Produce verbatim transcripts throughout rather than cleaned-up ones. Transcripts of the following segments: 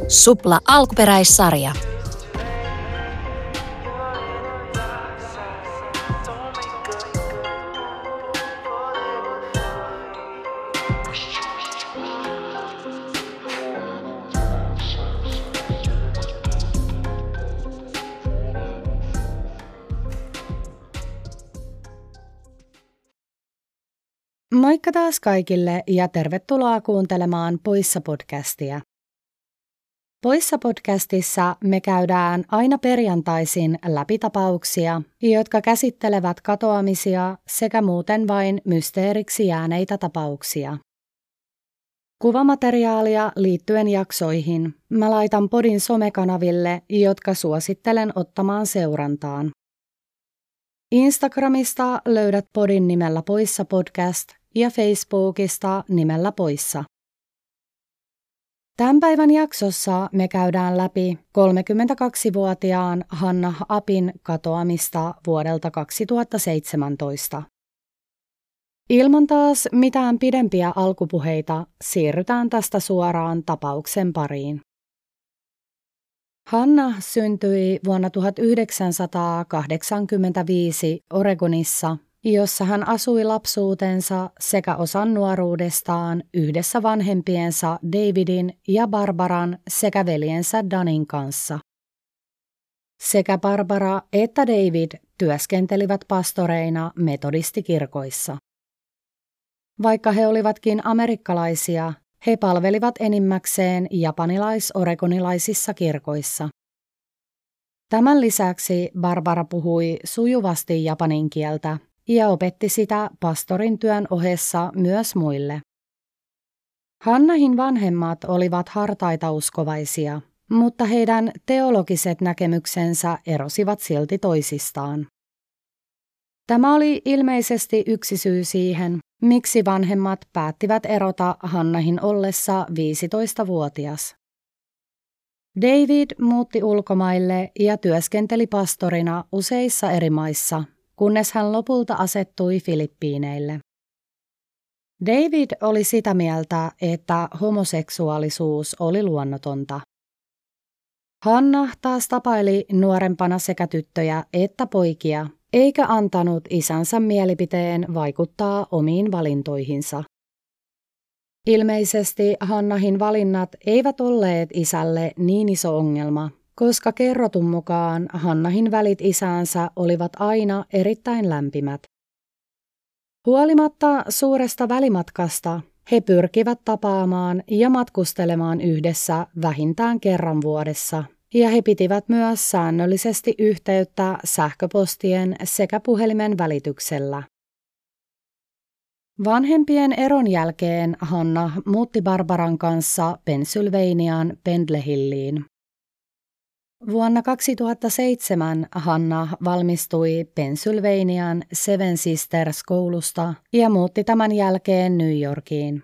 Supla alkuperäissarja. Moikka taas kaikille ja tervetuloa kuuntelemaan Poissa-podcastia. Poissa-podcastissa me käydään aina perjantaisin läpi tapauksia, jotka käsittelevät katoamisia sekä muuten vain mysteeriksi jääneitä tapauksia. Kuvamateriaalia liittyen jaksoihin mä laitan podin somekanaville, jotka suosittelen ottamaan seurantaan. Instagramista löydät podin nimellä Poissa Podcast ja Facebookista nimellä Poissa. Tämän päivän jaksossa me käydään läpi kolmekymmentäkaksivuotiaan Hannah Appin katoamista vuodelta kaksituhattaseitsemäntoista. Ilman taas mitään pidempiä alkupuheita siirrytään tästä suoraan tapauksen pariin. Hannah syntyi vuonna tuhatyhdeksänsataakahdeksankymmentäviisi Oregonissa, jossa hän asui lapsuutensa sekä osan nuoruudestaan yhdessä vanhempiensa Davidin ja Barbaran sekä veljensä Danin kanssa. Sekä Barbara että David työskentelivät pastoreina metodistikirkoissa. Vaikka he olivatkin amerikkalaisia, he palvelivat enimmäkseen japanilais-oregonilaisissa kirkoissa. Tämän lisäksi Barbara puhui sujuvasti japanin kieltä ja opetti sitä pastorin työn ohessa myös muille. Hannahin vanhemmat olivat hartaita uskovaisia, mutta heidän teologiset näkemyksensä erosivat silti toisistaan. Tämä oli ilmeisesti yksi syy siihen, miksi vanhemmat päättivät erota Hannahin ollessa viisitoistavuotias. David muutti ulkomaille ja työskenteli pastorina useissa eri maissa, kunnes hän lopulta asettui Filippiineille. David oli sitä mieltä, että homoseksuaalisuus oli luonnotonta. Hannah taas tapaili nuorempana sekä tyttöjä että poikia, eikä antanut isänsä mielipiteen vaikuttaa omiin valintoihinsa. Ilmeisesti Hannahin valinnat eivät olleet isälle niin iso ongelma, koska kerrotun mukaan Hannahin välit isäänsä olivat aina erittäin lämpimät. Huolimatta suuresta välimatkasta he pyrkivät tapaamaan ja matkustelemaan yhdessä vähintään kerran vuodessa, ja he pitivät myös säännöllisesti yhteyttä sähköpostien sekä puhelimen välityksellä. Vanhempien eron jälkeen Hannah muutti Barbaran kanssa Pennsylvanian Pendlehilliin. Vuonna kaksituhattaseitsemän Hannah valmistui Pennsylvanian Seven Sisters-koulusta ja muutti tämän jälkeen New Yorkiin.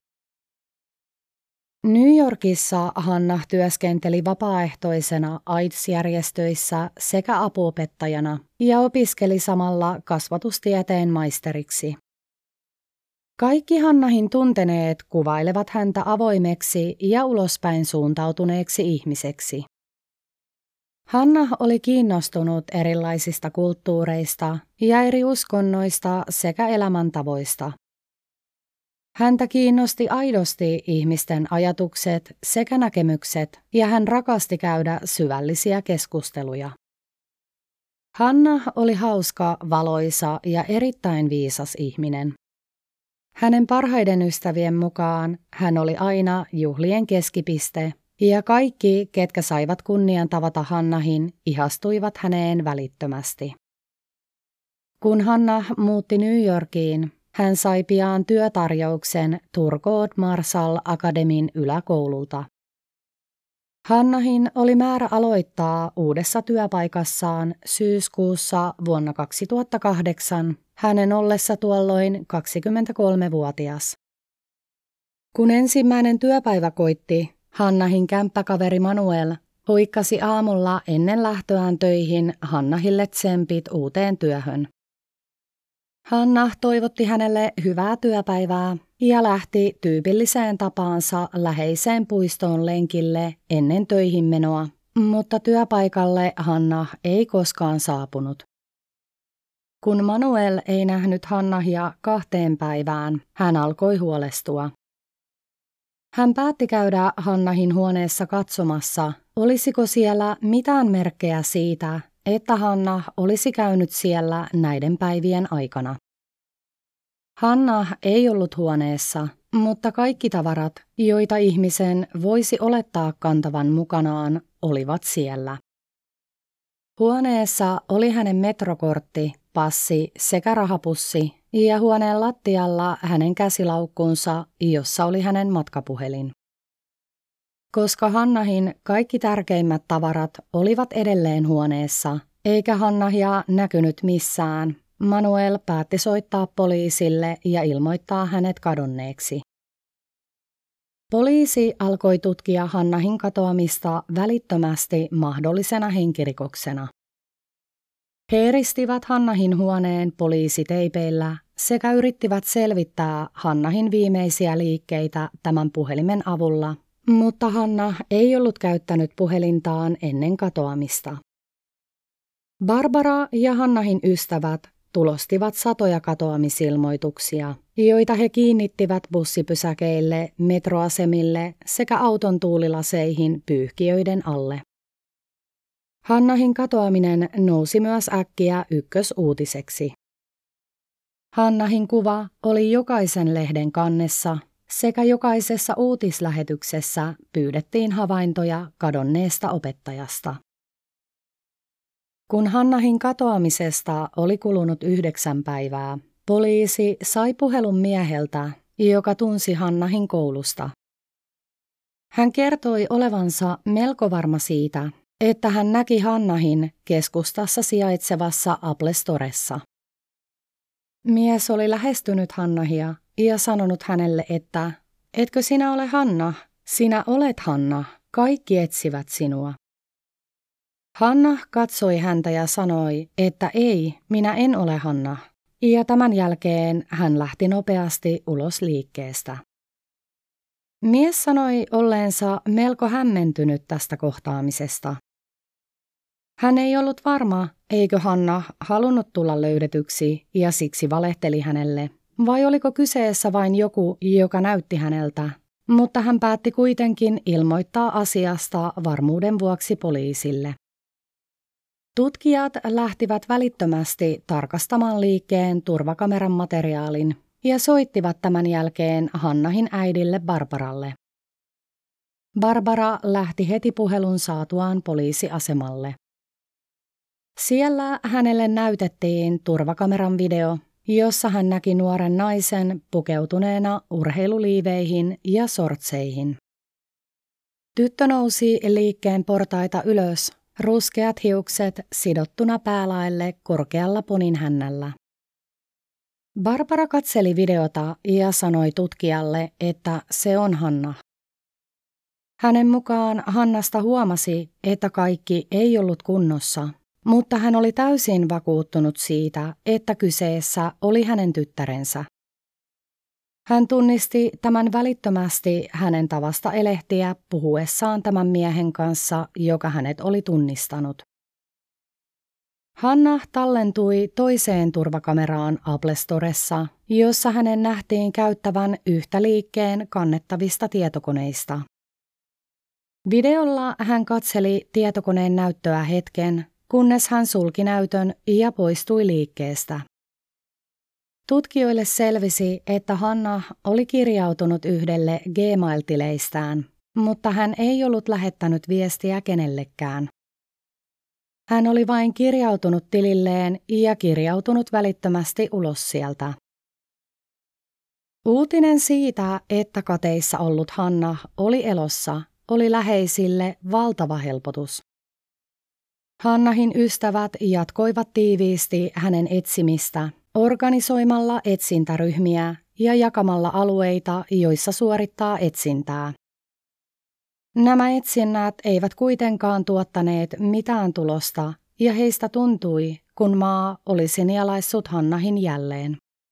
New Yorkissa Hannah työskenteli vapaaehtoisena AIDS-järjestöissä sekä apuopettajana ja opiskeli samalla kasvatustieteen maisteriksi. Kaikki Hannahin tunteneet kuvailevat häntä avoimeksi ja ulospäin suuntautuneeksi ihmiseksi. Hannah oli kiinnostunut erilaisista kulttuureista ja eri uskonnoista sekä elämäntavoista. Häntä kiinnosti aidosti ihmisten ajatukset sekä näkemykset ja hän rakasti käydä syvällisiä keskusteluja. Hannah oli hauska, valoisa ja erittäin viisas ihminen. Hänen parhaiden ystävien mukaan hän oli aina juhlien keskipiste ja kaikki, ketkä saivat kunnian tavata Hannahin, ihastuivat häneen välittömästi. Kun Hannah muutti New Yorkiin, hän sai pian työtarjouksen Turgot Marshall Academyn yläkoululta. Hannahin oli määrä aloittaa uudessa työpaikassaan syyskuussa vuonna kaksituhattakahdeksan, hänen ollessa tuolloin kaksikymmentäkolmevuotias. Kun ensimmäinen työpäivä koitti, Hannahin kämppäkaveri Manuel huikkasi aamulla ennen lähtöään töihin Hannahille tsempit uuteen työhön. Hanna toivotti hänelle hyvää työpäivää ja lähti tyypilliseen tapaansa läheiseen puistoon lenkille ennen töihin menoa, mutta työpaikalle Hanna ei koskaan saapunut. Kun Manuel ei nähnyt Hannahia kahteen päivään, hän alkoi huolestua. Hän päätti käydä Hannahin huoneessa katsomassa, olisiko siellä mitään merkkejä siitä, että Hanna olisi käynyt siellä näiden päivien aikana. Hanna ei ollut huoneessa, mutta kaikki tavarat, joita ihmisen voisi olettaa kantavan mukanaan, olivat siellä. Huoneessa oli hänen metrokortti, passi sekä rahapussi ja huoneen lattialla hänen käsilaukkunsa, jossa oli hänen matkapuhelin. Koska Hannahin kaikki tärkeimmät tavarat olivat edelleen huoneessa, eikä Hannahia näkynyt missään, Manuel päätti soittaa poliisille ja ilmoittaa hänet kadonneeksi. Poliisi alkoi tutkia Hannahin katoamista välittömästi mahdollisena henkirikoksena. He eristivät Hannahin huoneen poliisiteipeillä sekä yrittivät selvittää Hannahin viimeisiä liikkeitä tämän puhelimen avulla, mutta Hanna ei ollut käyttänyt puhelintaan ennen katoamista. Barbara ja Hannahin ystävät tulostivat satoja katoamisilmoituksia, joita he kiinnittivät bussipysäkeille, metroasemille sekä auton tuulilaseihin pyyhkiöiden alle. Hannahin katoaminen nousi myös äkkiä ykkösuutiseksi. Hannahin kuva oli jokaisen lehden kannessa sekä jokaisessa uutislähetyksessä pyydettiin havaintoja kadonneesta opettajasta. Kun Hannahin katoamisesta oli kulunut yhdeksän päivää, poliisi sai puhelun mieheltä, joka tunsi Hannahin koulusta. Hän kertoi olevansa melko varma siitä, että hän näki Hannahin keskustassa sijaitsevassa Apple Storessa. Mies oli lähestynyt Hannahia ja sanonut hänelle, että etkö sinä ole Hanna, sinä olet Hanna, kaikki etsivät sinua. Hanna katsoi häntä ja sanoi, että ei, minä en ole Hanna, ja tämän jälkeen hän lähti nopeasti ulos liikkeestä. Mies sanoi olleensa melko hämmentynyt tästä kohtaamisesta. Hän ei ollut varma, eikö Hanna halunnut tulla löydetyksi ja siksi valehteli hänelle, vai oliko kyseessä vain joku, joka näytti häneltä, mutta hän päätti kuitenkin ilmoittaa asiasta varmuuden vuoksi poliisille. Tutkijat lähtivät välittömästi tarkastamaan liikkeen turvakameran materiaalin ja soittivat tämän jälkeen Hannahin äidille Barbaralle. Barbara lähti heti puhelun saatuaan poliisiasemalle. Siellä hänelle näytettiin turvakameran video, jossa hän näki nuoren naisen pukeutuneena urheiluliiveihin ja sortseihin. Tyttö nousi liikkeen portaita ylös, ruskeat hiukset sidottuna päälaelle korkealla poninhännällä. Barbara katseli videota ja sanoi tutkijalle, että se on Hanna. Hänen mukaan Hannasta huomasi, että kaikki ei ollut kunnossa, mutta hän oli täysin vakuuttunut siitä, että kyseessä oli hänen tyttärensä. Hän tunnisti tämän välittömästi hänen tavasta elehtiä puhuessaan tämän miehen kanssa, joka hänet oli tunnistanut. Hanna tallentui toiseen turvakameraan Apple Storessa, jossa hänen nähtiin käyttävän yhtä liikkeen kannettavista tietokoneista. Videolla hän katseli tietokoneen näyttöä hetken, kunnes hän sulki näytön ja poistui liikkeestä. Tutkijoille selvisi, että Hanna oli kirjautunut yhdelle Gmail-tileistään, mutta hän ei ollut lähettänyt viestiä kenellekään. Hän oli vain kirjautunut tililleen ja kirjautunut välittömästi ulos sieltä. Uutinen siitä, että kateissa ollut Hanna oli elossa, oli läheisille valtava helpotus. Hannahin ystävät jatkoivat tiiviisti hänen etsimistä, organisoimalla etsintäryhmiä ja jakamalla alueita, joissa suorittaa etsintää. Nämä etsinnät eivät kuitenkaan tuottaneet mitään tulosta, ja heistä tuntui, kun maa olisi nielaissut Hannahin jälleen.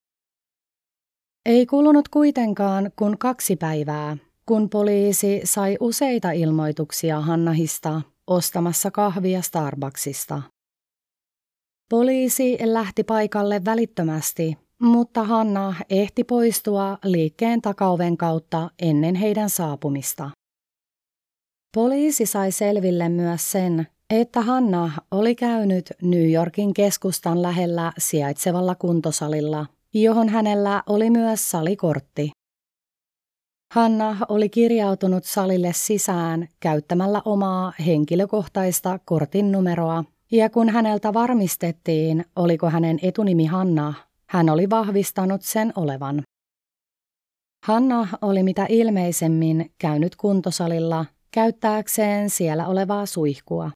Ei kulunut kuitenkaan kuin kaksi päivää, kun poliisi sai useita ilmoituksia Hannahista ostamassa kahvia Starbucksista. Poliisi lähti paikalle välittömästi, mutta Hanna ehti poistua liikkeen takaoven kautta ennen heidän saapumista. Poliisi sai selville myös sen, että Hanna oli käynyt New Yorkin keskustan lähellä sijaitsevalla kuntosalilla, johon hänellä oli myös salikortti. Hanna oli kirjautunut salille sisään käyttämällä omaa henkilökohtaista kortin numeroa, ja kun häneltä varmistettiin, oliko hänen etunimi Hanna, hän oli vahvistanut sen olevan. Hanna oli mitä ilmeisemmin käynyt kuntosalilla käyttääkseen siellä olevaa suihkua.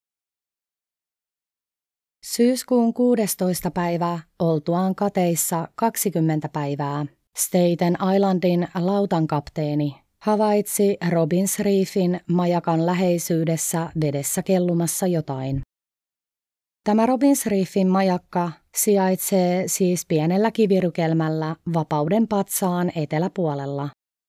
Syyskuun kuudestoista päivä oltuaan kateissa kaksikymmentä päivää, Staten Islandin lautankapteeni havaitsi Robbins Reefin majakan läheisyydessä vedessä kellumassa jotain. Tämä Robbins Reefin majakka sijaitsee siis pienellä kivirykelmällä Vapauden patsaan eteläpuolella.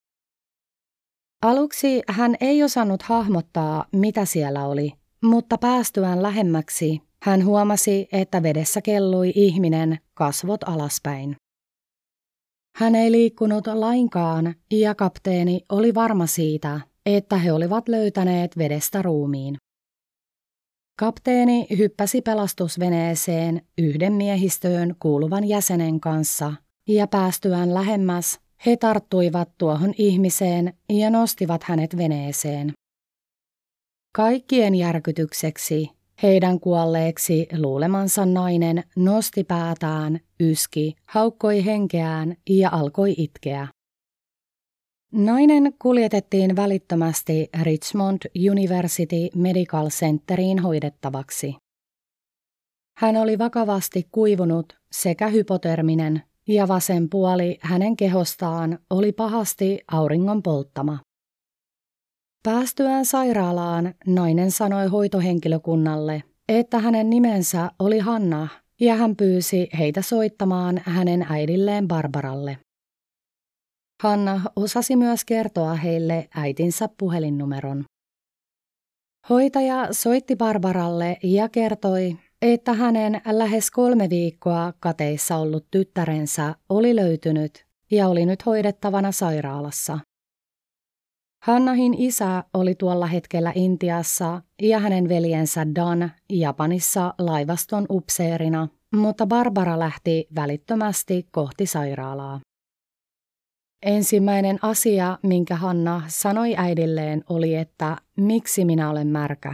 Aluksi hän ei osannut hahmottaa, mitä siellä oli, mutta päästyään lähemmäksi hän huomasi, että vedessä kellui ihminen kasvot alaspäin. Hän ei liikkunut lainkaan ja kapteeni oli varma siitä, että he olivat löytäneet vedestä ruumiin. Kapteeni hyppäsi pelastusveneeseen yhden miehistöön kuuluvan jäsenen kanssa ja päästyään lähemmäs he tarttuivat tuohon ihmiseen ja nostivat hänet veneeseen. Kaikkien järkytykseksi heidän kuolleeksi luulemansa nainen nosti päätään, yski, haukkoi henkeään ja alkoi itkeä. Nainen kuljetettiin välittömästi Richmond University Medical Centeriin hoidettavaksi. Hän oli vakavasti kuivunut sekä hypoterminen ja vasen puoli hänen kehostaan oli pahasti auringon polttama. Päästyään sairaalaan nainen sanoi hoitohenkilökunnalle, että hänen nimensä oli Hanna ja hän pyysi heitä soittamaan hänen äidilleen Barbaralle. Hanna osasi myös kertoa heille äitinsä puhelinnumeron. Hoitaja soitti Barbaralle ja kertoi, että hänen lähes kolme viikkoa kateissa ollut tyttärensä oli löytynyt ja oli nyt hoidettavana sairaalassa. Hannahin isä oli tuolla hetkellä Intiassa ja hänen veljensä Dan Japanissa laivaston upseerina, mutta Barbara lähti välittömästi kohti sairaalaa. Ensimmäinen asia, minkä Hanna sanoi äidilleen, oli, että miksi minä olen märkä.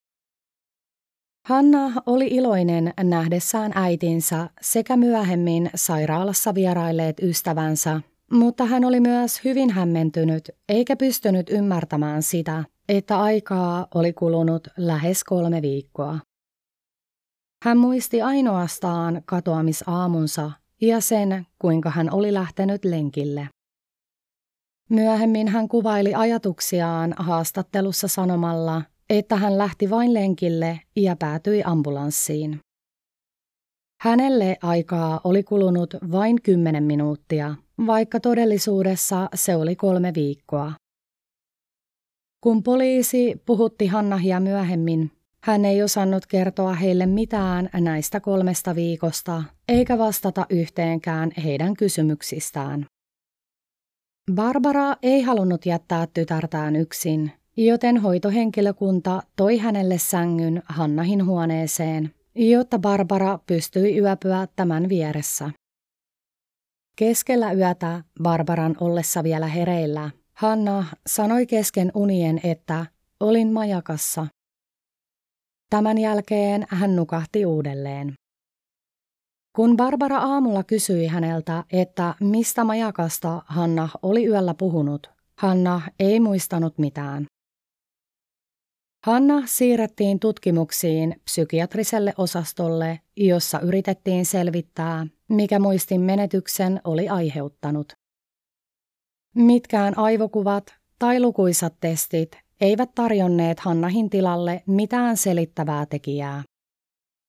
Hanna oli iloinen nähdessään äitinsä sekä myöhemmin sairaalassa vierailleet ystävänsä, mutta hän oli myös hyvin hämmentynyt eikä pystynyt ymmärtämään sitä, että aikaa oli kulunut lähes kolme viikkoa. Hän muisti ainoastaan katoamisaamunsa ja sen, kuinka hän oli lähtenyt lenkille. Myöhemmin hän kuvaili ajatuksiaan haastattelussa sanomalla, että hän lähti vain lenkille ja päätyi ambulanssiin. Hänelle aikaa oli kulunut vain kymmenen minuuttia, vaikka todellisuudessa se oli kolme viikkoa. Kun poliisi puhutti Hannahia myöhemmin, hän ei osannut kertoa heille mitään näistä kolmesta viikosta, eikä vastata yhteenkään heidän kysymyksistään. Barbara ei halunnut jättää tytärtään yksin, joten hoitohenkilökunta toi hänelle sängyn Hannahin huoneeseen, jotta Barbara pystyi yöpyä tämän vieressä. Keskellä yötä, Barbaran ollessa vielä hereillä, Hanna sanoi kesken unien, että olin majakassa. Tämän jälkeen hän nukahti uudelleen. Kun Barbara aamulla kysyi häneltä, että mistä majakasta Hanna oli yöllä puhunut, Hanna ei muistanut mitään. Hanna siirrettiin tutkimuksiin psykiatriselle osastolle, jossa yritettiin selvittää, mikä muistin menetyksen oli aiheuttanut. Mitkään aivokuvat tai lukuisat testit eivät tarjonneet Hannahin tilalle mitään selittävää tekijää.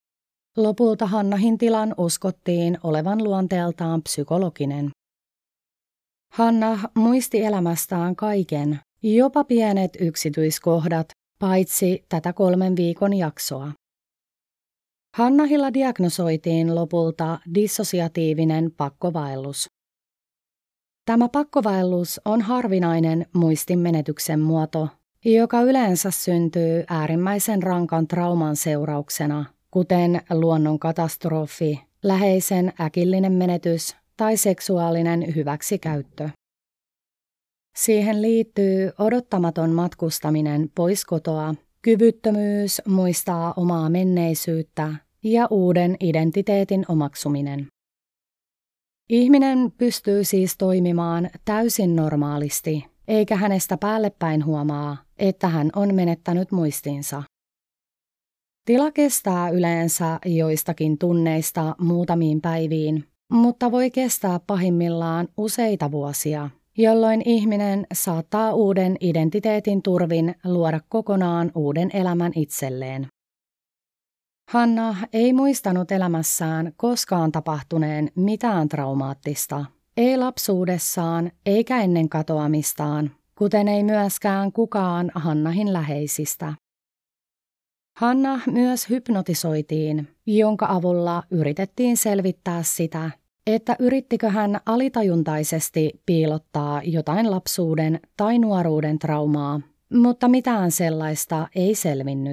Lopulta Hannahin tilan uskottiin olevan luonteeltaan psykologinen. Hanna muisti elämästään kaiken, jopa pienet yksityiskohdat, paitsi tätä kolmen viikon jaksoa. Hannahilla diagnosoitiin lopulta dissosiatiivinen pakkovaellus. Tämä pakkovaellus on harvinainen muistinmenetyksen muoto, joka yleensä syntyy äärimmäisen rankan trauman seurauksena, kuten luonnonkatastrofi, läheisen äkillinen menetys tai seksuaalinen hyväksikäyttö. Siihen liittyy odottamaton matkustaminen pois kotoa, kyvyttömyys muistaa omaa menneisyyttä ja uuden identiteetin omaksuminen. Ihminen pystyy siis toimimaan täysin normaalisti, eikä hänestä päällepäin huomaa, että hän on menettänyt muistinsa. Tila kestää yleensä joistakin tunneista muutamiin päiviin, mutta voi kestää pahimmillaan useita vuosia, jolloin ihminen saattaa uuden identiteetin turvin luoda kokonaan uuden elämän itselleen. Hanna ei muistanut elämässään koskaan tapahtuneen mitään traumaattista, ei lapsuudessaan eikä ennen katoamistaan, kuten ei myöskään kukaan Hannahin läheisistä. Hanna myös hypnotisoitiin, jonka avulla yritettiin selvittää sitä, että yrittikö hän alitajuntaisesti piilottaa jotain lapsuuden tai nuoruuden traumaa, mutta mitään sellaista ei selvinnyt.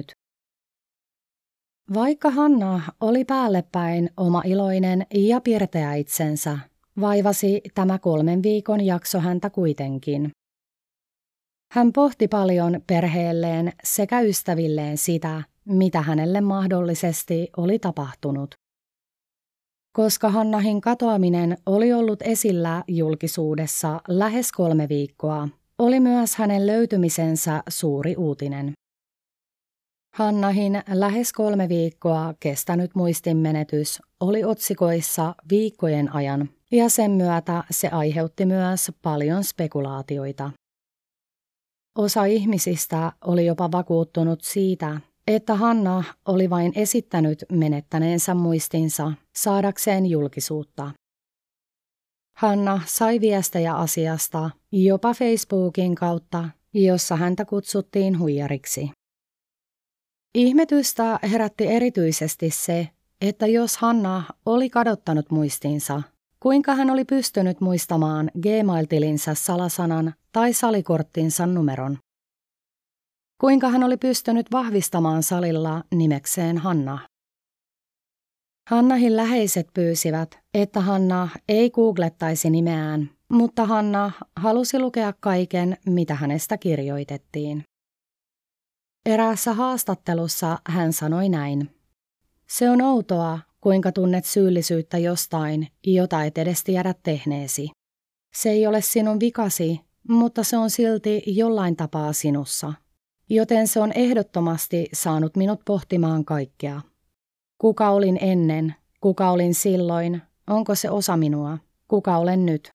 Vaikka Hanna oli päällepäin oma iloinen ja pirteä itsensä, vaivasi tämä kolmen viikon jakso häntä kuitenkin. Hän pohti paljon perheelleen sekä ystävilleen sitä, mitä hänelle mahdollisesti oli tapahtunut. Koska Hannahin katoaminen oli ollut esillä julkisuudessa lähes kolme viikkoa, oli myös hänen löytymisensä suuri uutinen. Hannahin lähes kolme viikkoa kestänyt muistinmenetys oli otsikoissa viikkojen ajan, ja sen myötä se aiheutti myös paljon spekulaatioita. Osa ihmisistä oli jopa vakuuttunut siitä, että Hanna oli vain esittänyt menettäneensä muistinsa saadakseen julkisuutta. Hanna sai viestejä asiasta jopa Facebookin kautta, jossa häntä kutsuttiin huijariksi. Ihmetystä herätti erityisesti se, että jos Hanna oli kadottanut muistinsa, kuinka hän oli pystynyt muistamaan Gmail-tilinsä salasanan tai salikorttinsa numeron. Kuinka hän oli pystynyt vahvistamaan salilla nimekseen Hanna. Hannahin läheiset pyysivät, että Hanna ei googlettaisi nimeään, mutta Hanna halusi lukea kaiken, mitä hänestä kirjoitettiin. Eräässä haastattelussa hän sanoi näin. Se on outoa, kuinka tunnet syyllisyyttä jostain, jota et edes tiedä tehneesi. Se ei ole sinun vikasi, mutta se on silti jollain tapaa sinussa. Joten se on ehdottomasti saanut minut pohtimaan kaikkea. Kuka olin ennen, kuka olin silloin, onko se osa minua, kuka olen nyt?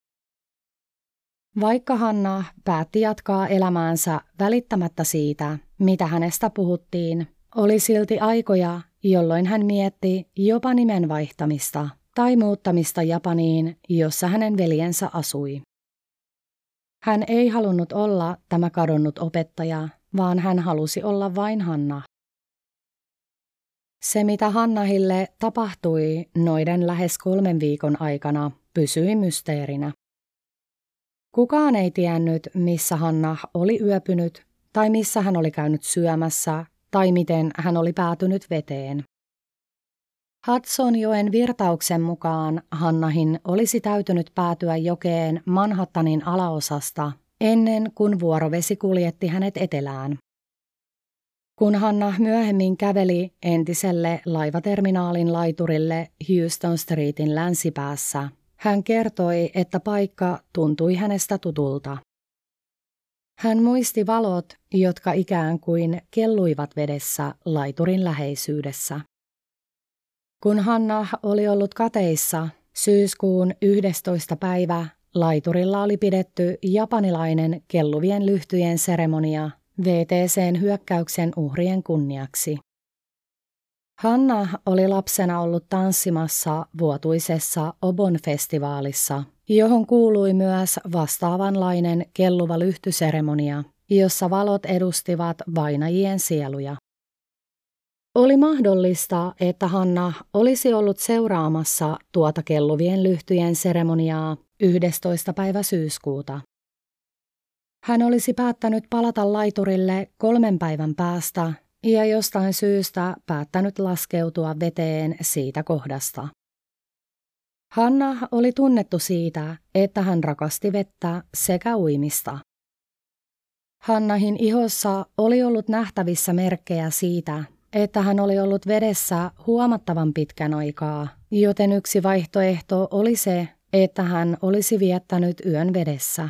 Vaikka Hanna päätti jatkaa elämäänsä välittämättä siitä, mitä hänestä puhuttiin, oli silti aikoja, jolloin hän mietti jopa nimen vaihtamista tai muuttamista Japaniin, jossa hänen veljensä asui. Hän ei halunnut olla tämä kadonnut opettaja, vaan hän halusi olla vain Hanna. Se, mitä Hannahille tapahtui noiden lähes kolmen viikon aikana, pysyi mysteerinä. Kukaan ei tiennyt, missä Hanna oli yöpynyt, tai missä hän oli käynyt syömässä, tai miten hän oli päätynyt veteen. Hudsonjoen virtauksen mukaan Hannahin olisi täytynyt päätyä jokeen Manhattanin alaosasta ennen kuin vuorovesi kuljetti hänet etelään. Kun Hanna myöhemmin käveli entiselle laivaterminaalin laiturille Houston Streetin länsipäässä, hän kertoi, että paikka tuntui hänestä tutulta. Hän muisti valot, jotka ikään kuin kelluivat vedessä laiturin läheisyydessä. Kun Hanna oli ollut kateissa, syyskuun yhdestoista päivä laiturilla oli pidetty japanilainen kelluvien lyhtyjen seremonia V T C:n hyökkäyksen uhrien kunniaksi. Hanna oli lapsena ollut tanssimassa vuotuisessa Obon-festivaalissa, johon kuului myös vastaavanlainen kelluva lyhtyseremonia, jossa valot edustivat vainajien sieluja. Oli mahdollista, että Hanna olisi ollut seuraamassa tuota kelluvien lyhtyjen seremoniaa yhdestoista päivä syyskuuta. Hän olisi päättänyt palata laiturille kolmen päivän päästä ja jostain syystä päättänyt laskeutua veteen siitä kohdasta. Hanna oli tunnettu siitä, että hän rakasti vettä sekä uimista. Hannahin ihossa oli ollut nähtävissä merkkejä siitä, että hän oli ollut vedessä huomattavan pitkän aikaa, joten yksi vaihtoehto oli se, että hän olisi viettänyt yön vedessä.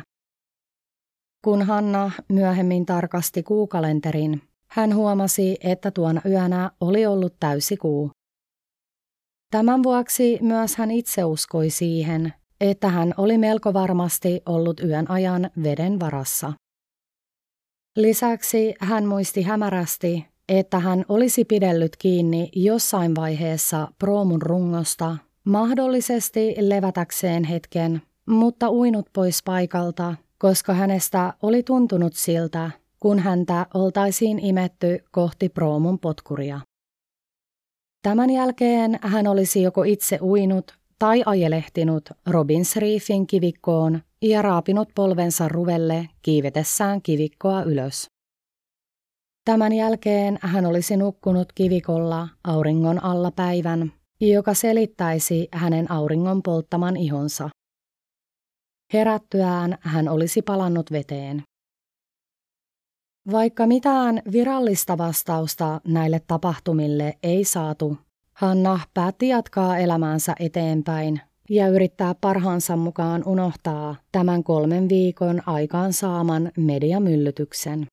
Kun Hanna myöhemmin tarkasti kuukalenterin, hän huomasi, että tuona yönä oli ollut täysikuu. Tämän vuoksi myös hän itse uskoi siihen, että hän oli melko varmasti ollut yön ajan veden varassa. Lisäksi hän muisti hämärästi, että hän olisi pidellyt kiinni jossain vaiheessa proomun rungosta, mahdollisesti levätäkseen hetken, mutta uinut pois paikalta, koska hänestä oli tuntunut siltä, kun häntä oltaisiin imetty kohti proomun potkuria. Tämän jälkeen hän olisi joko itse uinut tai ajelehtinut Robbins Reefin kivikkoon ja raapinut polvensa ruvelle kiivetessään kivikkoa ylös. Tämän jälkeen hän olisi nukkunut kivikolla auringon alla päivän, joka selittäisi hänen auringon polttaman ihonsa. Herättyään hän olisi palannut veteen. Vaikka mitään virallista vastausta näille tapahtumille ei saatu, Hanna päätti jatkaa elämäänsä eteenpäin ja yrittää parhaansa mukaan unohtaa tämän kolmen viikon aikaan saaman mediamyllytyksen.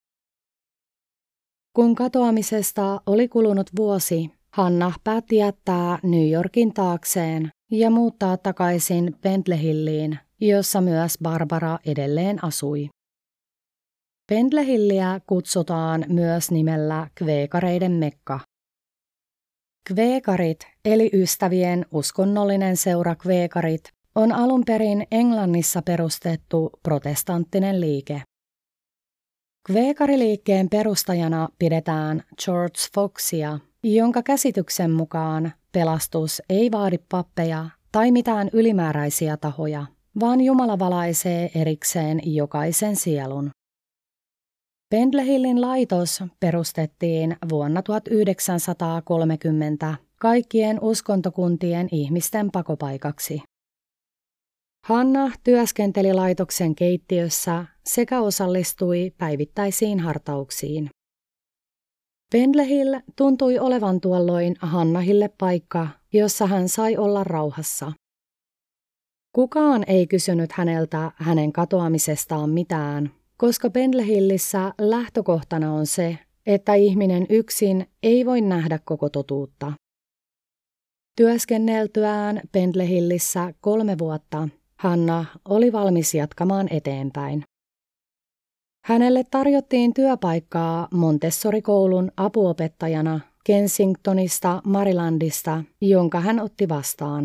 Kun katoamisesta oli kulunut vuosi, Hanna päätti jättää New Yorkin taakseen ja muuttaa takaisin Pendle Hilliin, jossa myös Barbara edelleen asui. Pendle Hilliä kutsutaan myös nimellä kveekareiden Mekka. Kveekarit, eli ystävien uskonnollinen seura kveekarit, on alun perin Englannissa perustettu protestanttinen liike. Kveekariliikkeen perustajana pidetään George Foxia, jonka käsityksen mukaan pelastus ei vaadi pappeja tai mitään ylimääräisiä tahoja, vaan Jumala valaisee erikseen jokaisen sielun. Pendle Hillin laitos perustettiin vuonna tuhatyhdeksänsataakolmekymmentä kaikkien uskontokuntien ihmisten pakopaikaksi. Hanna työskenteli laitoksen keittiössä sekä osallistui päivittäisiin hartauksiin. Pendle Hill tuntui olevan tuolloin Hannahille paikka, jossa hän sai olla rauhassa. Kukaan ei kysynyt häneltä hänen katoamisestaan mitään, koska Pendle Hillissä lähtökohtana on se, että ihminen yksin ei voi nähdä koko totuutta. Työskenneltyään Pendle Hillissä kolme vuotta, Hanna oli valmis jatkamaan eteenpäin. Hänelle tarjottiin työpaikkaa Montessori-koulun apuopettajana Kensingtonista, Marylandista, jonka hän otti vastaan.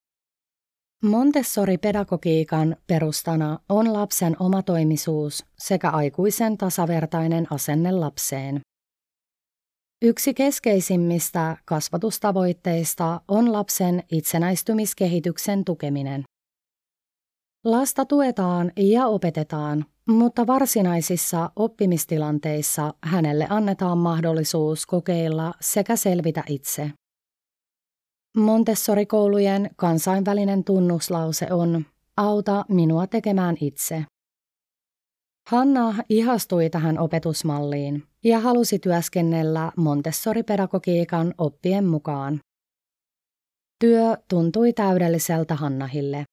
Montessori-pedagogiikan perustana on lapsen omatoimisuus sekä aikuisen tasavertainen asenne lapseen. Yksi keskeisimmistä kasvatustavoitteista on lapsen itsenäistymiskehityksen tukeminen. Lasta tuetaan ja opetetaan, mutta varsinaisissa oppimistilanteissa hänelle annetaan mahdollisuus kokeilla sekä selvitä itse. Montessori-koulujen kansainvälinen tunnuslause on "Auta minua tekemään itse". Hanna ihastui tähän opetusmalliin ja halusi työskennellä Montessori-pedagogiikan oppien mukaan. Työ tuntui täydelliseltä Hannahille.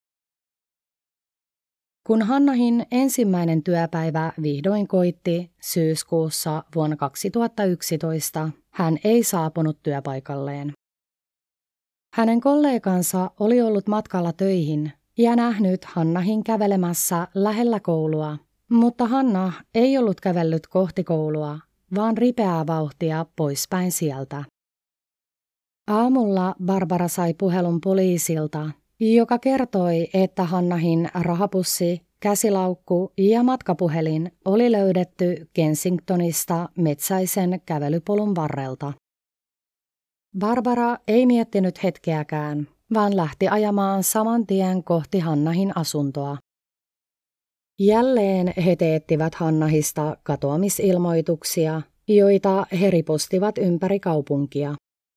Kun Hannahin ensimmäinen työpäivä vihdoin koitti syyskuussa vuonna kaksituhattayksitoista, hän ei saapunut työpaikalleen. Hänen kollegansa oli ollut matkalla töihin ja nähnyt Hannahin kävelemässä lähellä koulua, mutta Hanna ei ollut kävellyt kohti koulua, vaan ripeää vauhtia poispäin sieltä. Aamulla Barbara sai puhelun poliisilta, joka kertoi, että Hannahin rahapussi, käsilaukku ja matkapuhelin oli löydetty Kensingtonista metsäisen kävelypolun varrelta. Barbara ei miettinyt hetkeäkään, vaan lähti ajamaan saman tien kohti Hannahin asuntoa. Jälleen he teettivät Hannahista katoamisilmoituksia, joita he ripostivat ympäri kaupunkia.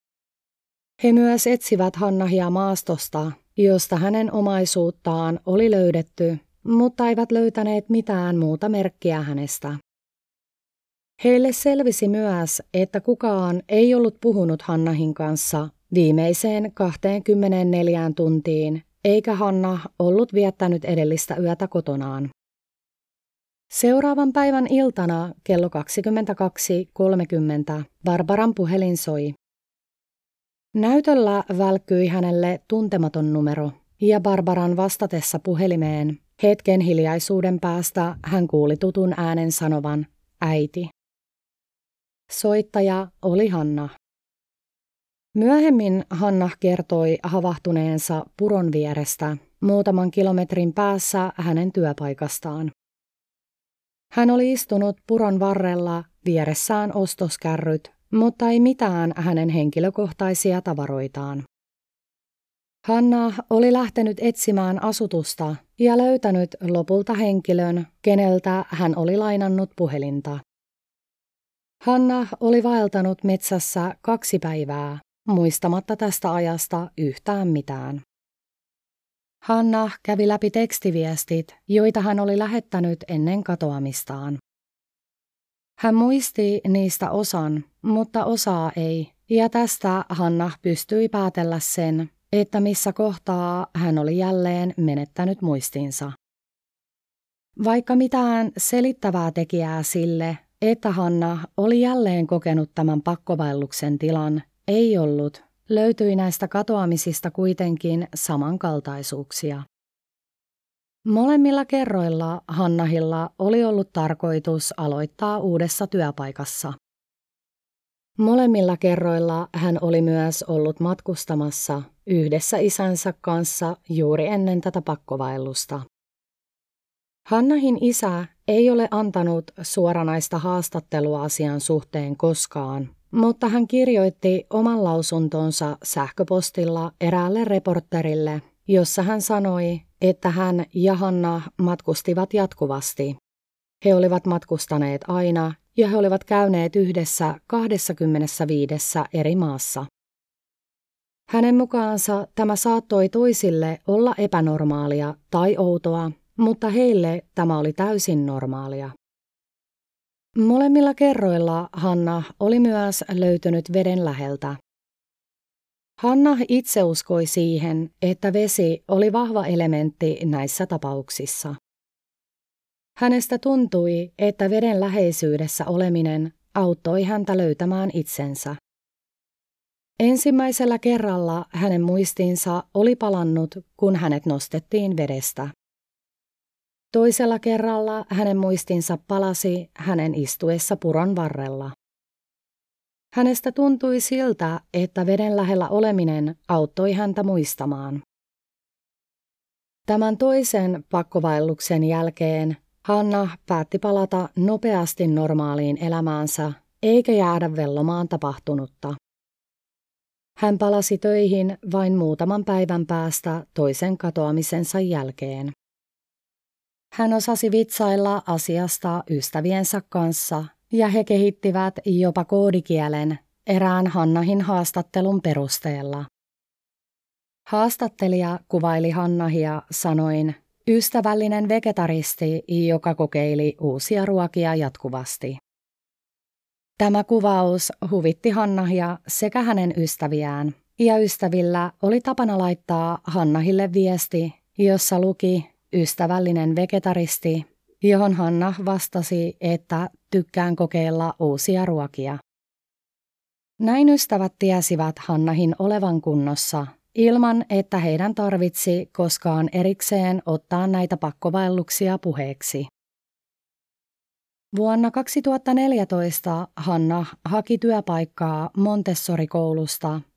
He myös etsivät Hannahia maastosta, josta hänen omaisuuttaan oli löydetty, mutta eivät löytäneet mitään muuta merkkiä hänestä. Heille selvisi myös, että kukaan ei ollut puhunut Hannahin kanssa viimeiseen kaksikymmentäneljä tuntiin, eikä Hanna ollut viettänyt edellistä yötä kotonaan. Seuraavan päivän iltana kello kaksikymmentäkaksi kolmekymmentä Barbaran puhelin soi. Näytöllä välkkyi hänelle tuntematon numero, ja Barbaran vastatessa puhelimeen hetken hiljaisuuden päästä hän kuuli tutun äänen sanovan äiti. Soittaja oli Hanna. Myöhemmin Hanna kertoi havahtuneensa puron vierestä muutaman kilometrin päässä hänen työpaikastaan. Hän oli istunut puron varrella vieressään ostoskärryt, mutta ei mitään hänen henkilökohtaisia tavaroitaan. Hanna oli lähtenyt etsimään asutusta ja löytänyt lopulta henkilön, keneltä hän oli lainannut puhelinta. Hanna oli vaeltanut metsässä kaksi päivää, muistamatta tästä ajasta yhtään mitään. Hanna kävi läpi tekstiviestit, joita hän oli lähettänyt ennen katoamistaan. Hän muisti niistä osan, mutta osaa ei, ja tästä Hanna pystyi päätellä sen, että missä kohtaa hän oli jälleen menettänyt muistinsa. Vaikka mitään selittävää tekijää sille, että Hanna oli jälleen kokenut tämän pakkovaelluksen tilan, ei ollut, löytyi näistä katoamisista kuitenkin samankaltaisuuksia. Molemmilla kerroilla Hannahilla oli ollut tarkoitus aloittaa uudessa työpaikassa. Molemmilla kerroilla hän oli myös ollut matkustamassa yhdessä isänsä kanssa juuri ennen tätä pakkovaellusta. Hannahin isä ei ole antanut suoranaista haastattelua asian suhteen koskaan, mutta hän kirjoitti oman lausuntonsa sähköpostilla eräälle reporterille, jossa hän sanoi, että hän ja Hanna matkustivat jatkuvasti. He olivat matkustaneet aina ja he olivat käyneet yhdessä kaksikymmentäviisi eri maassa. Hänen mukaansa tämä saattoi toisille olla epänormaalia tai outoa, mutta heille tämä oli täysin normaalia. Molemmilla kerroilla Hanna oli myös löytynyt veden läheltä. Hanna itse uskoi siihen, että vesi oli vahva elementti näissä tapauksissa. Hänestä tuntui, että veden läheisyydessä oleminen auttoi häntä löytämään itsensä. Ensimmäisellä kerralla hänen muistinsa oli palannut, kun hänet nostettiin vedestä. Toisella kerralla hänen muistinsa palasi hänen istuessa puron varrella. Hänestä tuntui siltä, että veden lähellä oleminen auttoi häntä muistamaan. Tämän toisen pakkovaelluksen jälkeen Hanna päätti palata nopeasti normaaliin elämäänsä eikä jäädä vellomaan tapahtunutta. Hän palasi töihin vain muutaman päivän päästä toisen katoamisensa jälkeen. Hän osasi vitsailla asiasta ystäviensä kanssa ja he kehittivät jopa koodikielen erään Hannahin haastattelun perusteella. Haastattelija kuvaili Hannahia sanoin, ystävällinen vegetaristi, joka kokeili uusia ruokia jatkuvasti. Tämä kuvaus huvitti Hannahia sekä hänen ystäviään, ja ystävillä oli tapana laittaa Hannahille viesti, jossa luki ystävällinen vegetaristi, johon Hanna vastasi, että tykkään kokeilla uusia ruokia. Näin ystävät tiesivät Hannahin olevan kunnossa, ilman että heidän tarvitsi koskaan erikseen ottaa näitä pakkovaelluksia puheeksi. Vuonna kaksituhattaneljätoista Hanna haki työpaikkaa Montessori-koulusta,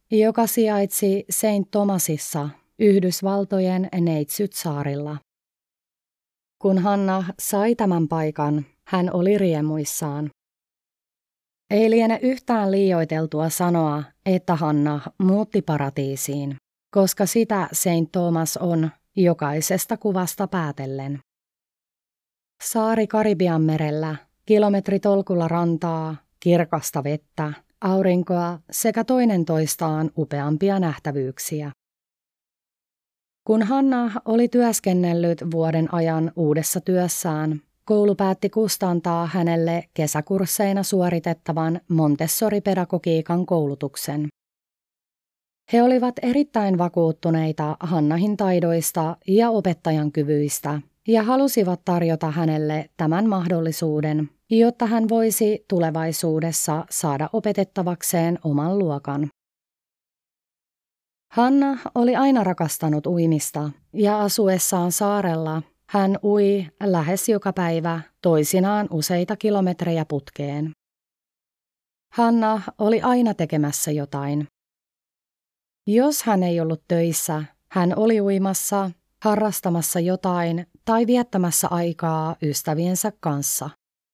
joka sijaitsi Saint Thomasissa, Yhdysvaltojen Neitsyt-saarilla. Kun Hannah sai tämän paikan, hän oli riemuissaan. Ei liene yhtään liioiteltua sanoa, että Hannah muutti paratiisiin, koska sitä Saint Thomas on jokaisesta kuvasta päätellen. Saari Karibianmerellä, kilometritolkulla rantaa, kirkasta vettä, aurinkoa sekä toinen toistaan upeampia nähtävyyksiä. Kun Hannah oli työskennellyt vuoden ajan uudessa työssään, koulu päätti kustantaa hänelle kesäkursseina suoritettavan Montessori-pedagogiikan koulutuksen. He olivat erittäin vakuuttuneita Hannahin taidoista ja opettajan kyvyistä ja halusivat tarjota hänelle tämän mahdollisuuden, jotta hän voisi tulevaisuudessa saada opetettavakseen oman luokan. Hannah oli aina rakastanut uimista ja asuessaan saarella hän ui lähes joka päivä toisinaan useita kilometrejä putkeen. Hannah oli aina tekemässä jotain. Jos hän ei ollut töissä, hän oli uimassa, harrastamassa jotain tai viettämässä aikaa ystäviensä kanssa.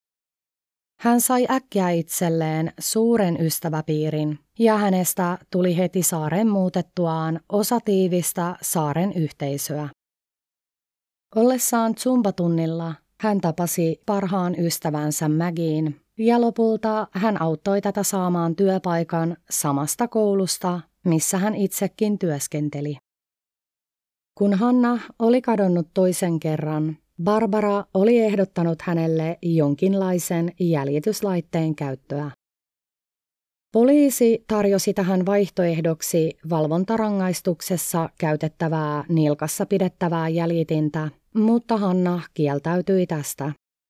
Hän sai äkkiä itselleen suuren ystäväpiirin ja hänestä tuli heti saaren muutettuaan osa tiivistä saaren yhteisöä. Ollessaan Zumba-tunnilla hän tapasi parhaan ystävänsä Maggien ja lopulta hän auttoi tätä saamaan työpaikan samasta koulusta, missä hän itsekin työskenteli. Kun Hannah oli kadonnut toisen kerran, Barbara oli ehdottanut hänelle jonkinlaisen jäljityslaitteen käyttöä. Poliisi tarjosi tähän vaihtoehdoksi valvontarangaistuksessa käytettävää nilkassa pidettävää jäljitintä, mutta Hannah kieltäytyi tästä.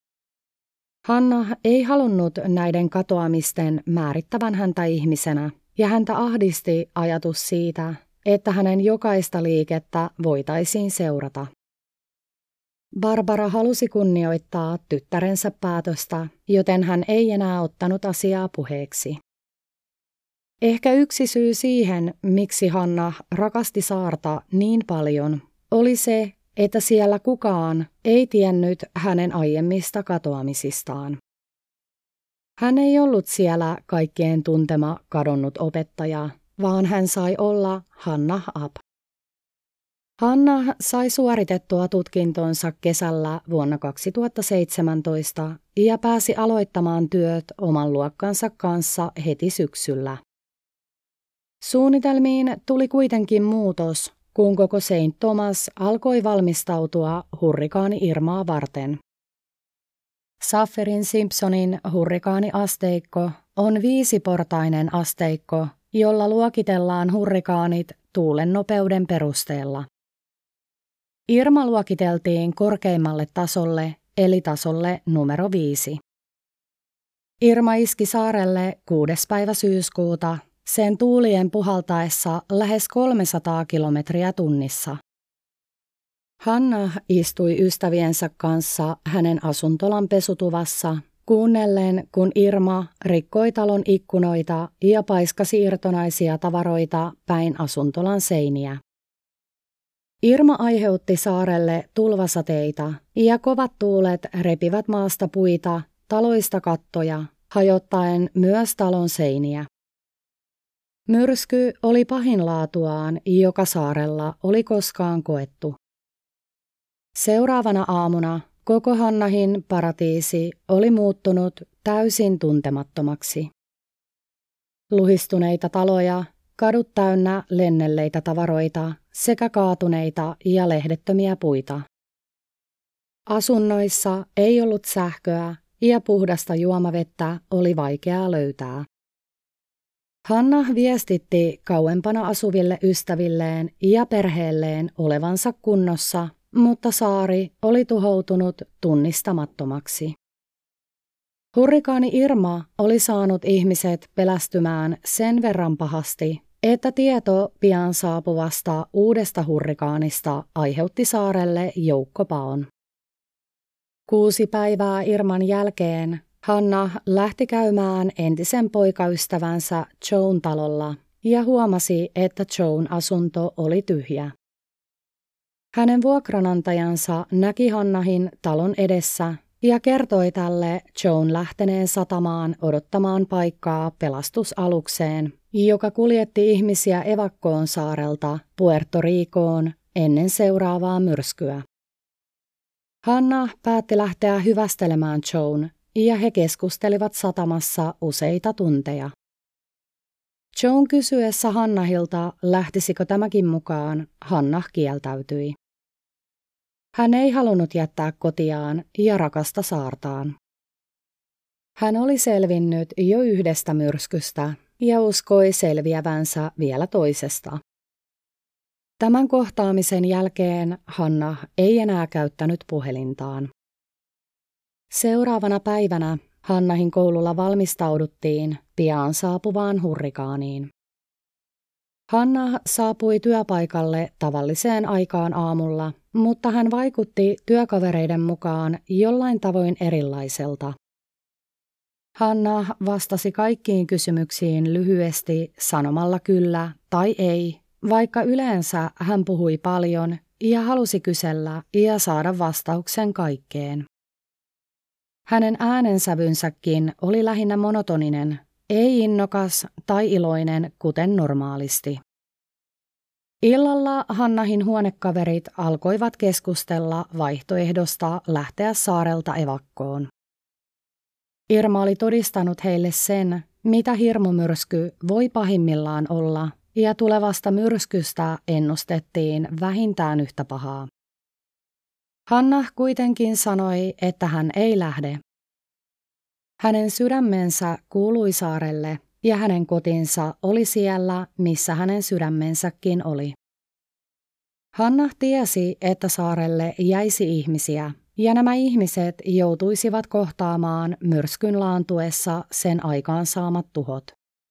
Hannah ei halunnut näiden katoamisten määrittävän häntä ihmisenä, ja häntä ahdisti ajatus siitä, että hänen jokaista liikettä voitaisiin seurata. Barbara halusi kunnioittaa tyttärensä päätöstä, joten hän ei enää ottanut asiaa puheeksi. Ehkä yksi syy siihen, miksi Hannah rakasti saarta niin paljon, oli se, että siellä kukaan ei tiennyt hänen aiemmista katoamisistaan. Hän ei ollut siellä kaikkien tuntema kadonnut opettaja, vaan hän sai olla Hannah Up. Hannah sai suoritettua tutkintonsa kesällä vuonna kaksituhattaseitsemäntoista ja pääsi aloittamaan työt oman luokkansa kanssa heti syksyllä. Suunnitelmiin tuli kuitenkin muutos, kun koko Saint Thomas alkoi valmistautua hurrikaani Irmaa varten. Saffir-Simpsonin hurrikaaniasteikko on viisiportainen asteikko, jolla luokitellaan hurrikaanit tuulen nopeuden perusteella. Irma luokiteltiin korkeimmalle tasolle, eli tasolle numero viisi. Irma iski saarelle kuudes päivä syyskuuta, sen tuulien puhaltaessa lähes kolmesataa kilometriä tunnissa. Hannah istui ystäviensä kanssa hänen asuntolan pesutuvassa, kuunnellen kun Irma rikkoi talon ikkunoita ja paiskasi irtonaisia tavaroita päin asuntolan seiniä. Irma aiheutti saarelle tulvasateita ja kovat tuulet repivät maasta puita, taloista kattoja, hajottaen myös talon seiniä. Myrsky oli pahin laatuaan, joka saarella oli koskaan koettu. Seuraavana aamuna koko Hannahin paratiisi oli muuttunut täysin tuntemattomaksi. Luhistuneita taloja, kadut täynnä lennelleitä tavaroita sekä kaatuneita ja lehdettömiä puita. Asunnoissa ei ollut sähköä ja puhdasta juomavettä oli vaikeaa löytää. Hannah viestitti kauempana asuville ystävilleen ja perheelleen olevansa kunnossa, mutta saari oli tuhoutunut tunnistamattomaksi. Hurrikaani Irma oli saanut ihmiset pelästymään sen verran pahasti, että tieto pian saapuvasta uudesta hurrikaanista aiheutti saarelle joukkopaon. Kuusi päivää Irman jälkeen Hannah lähti käymään entisen poikaystävänsä Joan talolla ja huomasi, että Joen asunto oli tyhjä. Hänen vuokranantajansa näki Hannahin talon edessä ja kertoi tälle Joen lähteneen satamaan odottamaan paikkaa pelastusalukseen, joka kuljetti ihmisiä evakkoon saarelta Puerto Ricoon ennen seuraavaa myrskyä. Hannah päätti lähteä hyvästelemään Joen ja he keskustelivat satamassa useita tunteja. Joen kysyessä Hannahilta, lähtisikö tämäkin mukaan, Hannah kieltäytyi. Hän ei halunnut jättää kotiaan ja rakasta saartaan. Hän oli selvinnyt jo yhdestä myrskystä ja uskoi selviävänsä vielä toisesta. Tämän kohtaamisen jälkeen Hannah ei enää käyttänyt puhelintaan. Seuraavana päivänä Hannahin koululla valmistauduttiin pian saapuvaan hurrikaaniin. Hannah saapui työpaikalle tavalliseen aikaan aamulla, mutta hän vaikutti työkavereiden mukaan jollain tavoin erilaiselta. Hannah vastasi kaikkiin kysymyksiin lyhyesti sanomalla kyllä tai ei, vaikka yleensä hän puhui paljon ja halusi kysellä ja saada vastauksen kaikkeen. Hänen äänensävynsäkin oli lähinnä monotoninen, ei innokas tai iloinen kuten normaalisti. Illalla Hannahin huonekaverit alkoivat keskustella vaihtoehdosta lähteä saarelta evakkoon. Irma oli todistanut heille sen, mitä hirmumyrsky voi pahimmillaan olla, ja tulevasta myrskystä ennustettiin vähintään yhtä pahaa. Hannah kuitenkin sanoi, että hän ei lähde. Hänen sydämensä kuului saarelle ja hänen kotinsa oli siellä, missä hänen sydämensäkin oli. Hannah tiesi, että saarelle jäisi ihmisiä ja nämä ihmiset joutuisivat kohtaamaan myrskyn laantuessa sen aikaansaamat tuhot.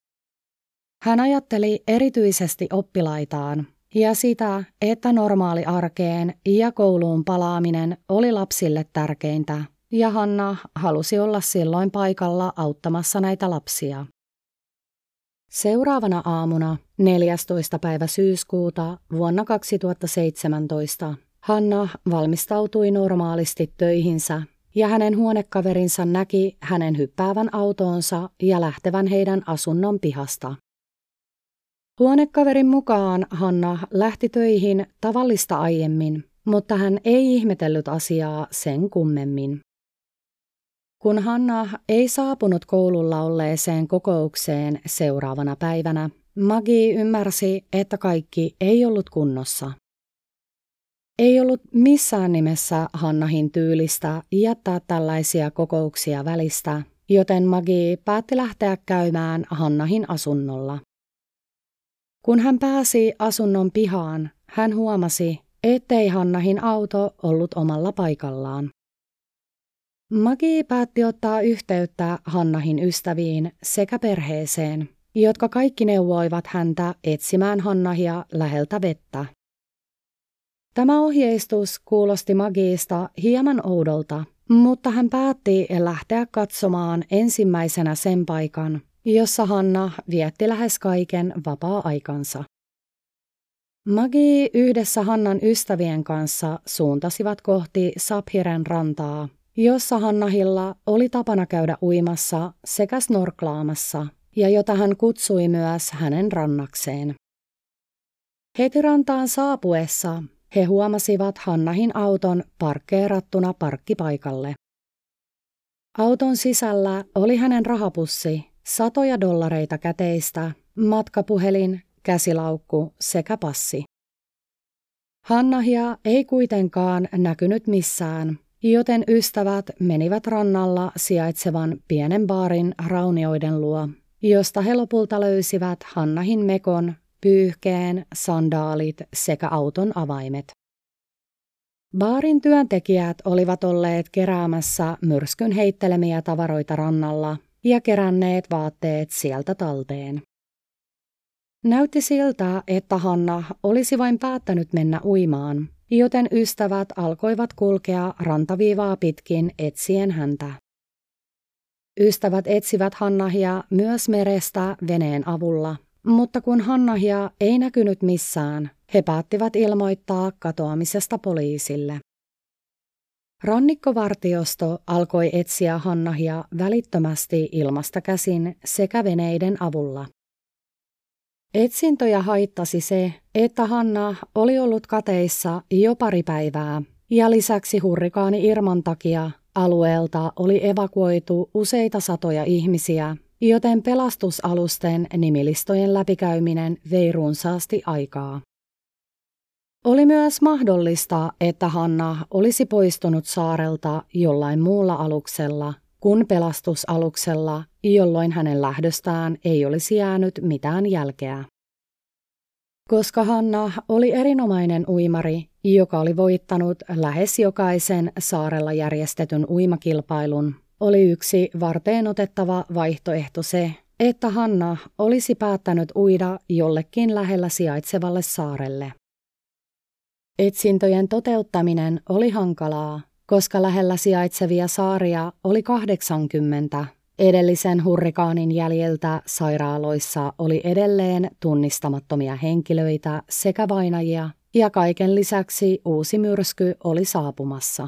Hän ajatteli erityisesti oppilaitaan ja sitä, että normaali arkeen ja kouluun palaaminen oli lapsille tärkeintä, ja Hannah halusi olla silloin paikalla auttamassa näitä lapsia. Seuraavana aamuna, neljästoista päivä syyskuuta vuonna kaksituhattaseitsemäntoista, Hannah valmistautui normaalisti töihinsä ja hänen huonekaverinsa näki hänen hyppäävän autoonsa ja lähtevän heidän asunnon pihasta. Huonekaverin mukaan Hannah lähti töihin tavallista aiemmin, mutta hän ei ihmetellyt asiaa sen kummemmin. Kun Hannah ei saapunut koululla olleeseen kokoukseen seuraavana päivänä, Maggie ymmärsi, että kaikki ei ollut kunnossa. Ei ollut missään nimessä Hannahin tyylistä jättää tällaisia kokouksia välistä, joten Maggie päätti lähteä käymään Hannahin asunnolla. Kun hän pääsi asunnon pihaan, hän huomasi, ettei Hannahin auto ollut omalla paikallaan. Maggie päätti ottaa yhteyttä Hannahin ystäviin sekä perheeseen, jotka kaikki neuvoivat häntä etsimään Hannahia läheltä vettä. Tämä ohjeistus kuulosti Maggieista hieman oudolta, mutta hän päätti lähteä katsomaan ensimmäisenä sen paikan, jossa Hannah vietti lähes kaiken vapaa-aikansa. Maggie yhdessä Hannan ystävien kanssa suuntasivat kohti Saphiren rantaa, jossa Hannahilla oli tapana käydä uimassa sekä snorklaamassa, ja jota hän kutsui myös hänen rannakseen. Heti rantaan saapuessa he huomasivat Hannahin auton parkkeerattuna parkkipaikalle. Auton sisällä oli hänen rahapussi, satoja dollareita käteistä, matkapuhelin, käsilaukku sekä passi. Hannahia ei kuitenkaan näkynyt missään, joten ystävät menivät rannalla sijaitsevan pienen baarin raunioiden luo, josta he lopulta löysivät Hannahin mekon, pyyhkeen, sandaalit sekä auton avaimet. Baarin työntekijät olivat olleet keräämässä myrskyn heittelemiä tavaroita rannalla ja keränneet vaatteet sieltä talteen. Näytti siltä, että Hannah olisi vain päättänyt mennä uimaan, joten ystävät alkoivat kulkea rantaviivaa pitkin etsien häntä. Ystävät etsivät Hannahia myös merestä veneen avulla, mutta kun Hannahia ei näkynyt missään, he päättivät ilmoittaa katoamisesta poliisille. Rannikkovartiosto alkoi etsiä Hannahia välittömästi ilmasta käsin sekä veneiden avulla. Etsintöjä haittasi se, että Hannah oli ollut kateissa jo pari päivää ja lisäksi hurrikaani Irman takia alueelta oli evakuoitu useita satoja ihmisiä, joten pelastusalusten nimilistojen läpikäyminen vei runsaasti aikaa. Oli myös mahdollista, että Hannah olisi poistunut saarelta jollain muulla aluksella kuin pelastusaluksella, jolloin hänen lähdöstään ei olisi jäänyt mitään jälkeä. Koska Hannah oli erinomainen uimari, joka oli voittanut lähes jokaisen saarella järjestetyn uimakilpailun, oli yksi varteenotettava vaihtoehto se, että Hannah olisi päättänyt uida jollekin lähellä sijaitsevalle saarelle. Etsintöjen toteuttaminen oli hankalaa, koska lähellä sijaitsevia saaria oli kahdeksankymmentä. Edellisen hurrikaanin jäljiltä sairaaloissa oli edelleen tunnistamattomia henkilöitä sekä vainajia, ja kaiken lisäksi uusi myrsky oli saapumassa.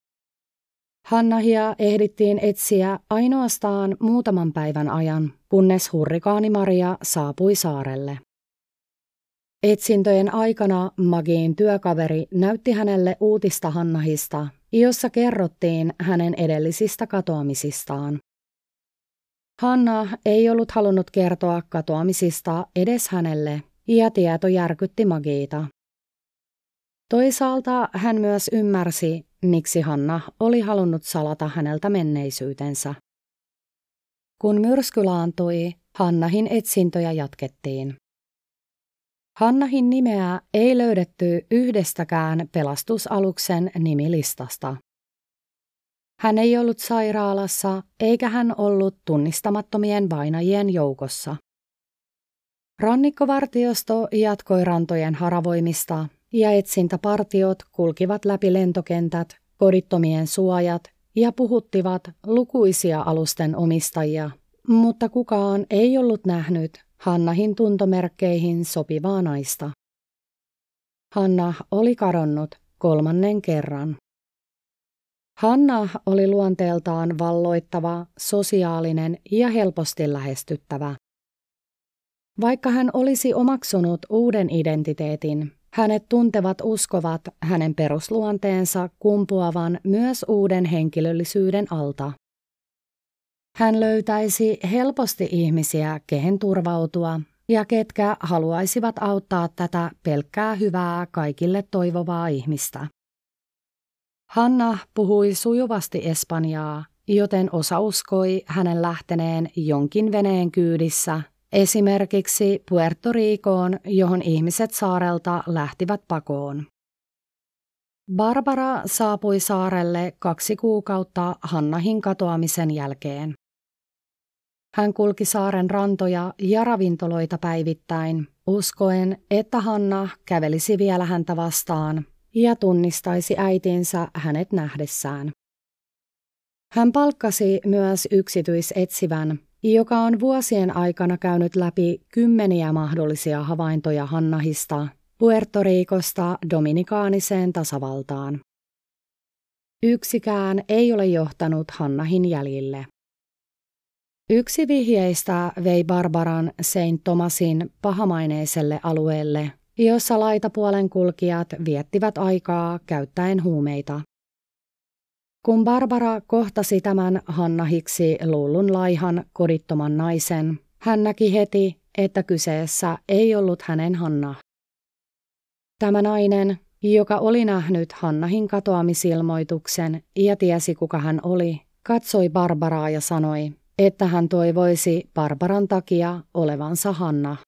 Hannahia ehdittiin etsiä ainoastaan muutaman päivän ajan, kunnes hurrikaani Maria saapui saarelle. Etsintöjen aikana Magin työkaveri näytti hänelle uutista Hannahista, jossa kerrottiin hänen edellisistä katoamisistaan. Hannah ei ollut halunnut kertoa katoamisista edes hänelle, ja tieto järkytti Magiita. Toisaalta hän myös ymmärsi, miksi Hannah oli halunnut salata häneltä menneisyytensä. Kun myrsky laantui, Hannahin etsintöjä jatkettiin. Hannahin nimeä ei löydetty yhdestäkään pelastusaluksen nimilistasta. Hän ei ollut sairaalassa eikä hän ollut tunnistamattomien vainajien joukossa. Rannikkovartiosto jatkoi rantojen haravoimista ja etsintäpartiot kulkivat läpi lentokentät, kodittomien suojat ja puhuttivat lukuisia alusten omistajia, mutta kukaan ei ollut nähnyt Hannahin tuntomerkkeihin sopivaa naista. Hannah oli kadonnut kolmannen kerran. Hannah oli luonteeltaan valloittava, sosiaalinen ja helposti lähestyttävä. Vaikka hän olisi omaksunut uuden identiteetin, hänet tuntevat uskovat hänen perusluonteensa kumpuavan myös uuden henkilöllisyyden alta. Hän löytäisi helposti ihmisiä, kehen turvautua, ja ketkä haluaisivat auttaa tätä pelkkää hyvää kaikille toivovaa ihmistä. Hannah puhui sujuvasti espanjaa, joten osa uskoi hänen lähteneen jonkin veneen kyydissä, esimerkiksi Puerto Ricoon, johon ihmiset saarelta lähtivät pakoon. Barbara saapui saarelle kaksi kuukautta Hannahin katoamisen jälkeen. Hän kulki saaren rantoja ja ravintoloita päivittäin, uskoen, että Hannah kävelisi vielä häntä vastaan ja tunnistaisi äitinsä hänet nähdessään. Hän palkkasi myös yksityisetsivän, joka on vuosien aikana käynyt läpi kymmeniä mahdollisia havaintoja Hannahista Puerto Ricosta Dominikaaniseen tasavaltaan. Yksikään ei ole johtanut Hannahin jäljille. Yksi vihjeistä vei Barbaran Saint Thomasin pahamaineiselle alueelle, jossa laitapuolen kulkijat viettivät aikaa käyttäen huumeita. Kun Barbara kohtasi tämän Hannahiksi luullun laihan kodittoman naisen, hän näki heti, että kyseessä ei ollut hänen Hannah. Tämä nainen, joka oli nähnyt Hannahin katoamisilmoituksen ja tiesi kuka hän oli, katsoi Barbaraa ja sanoi, että hän toivoisi Barbaran takia olevansa Hannah.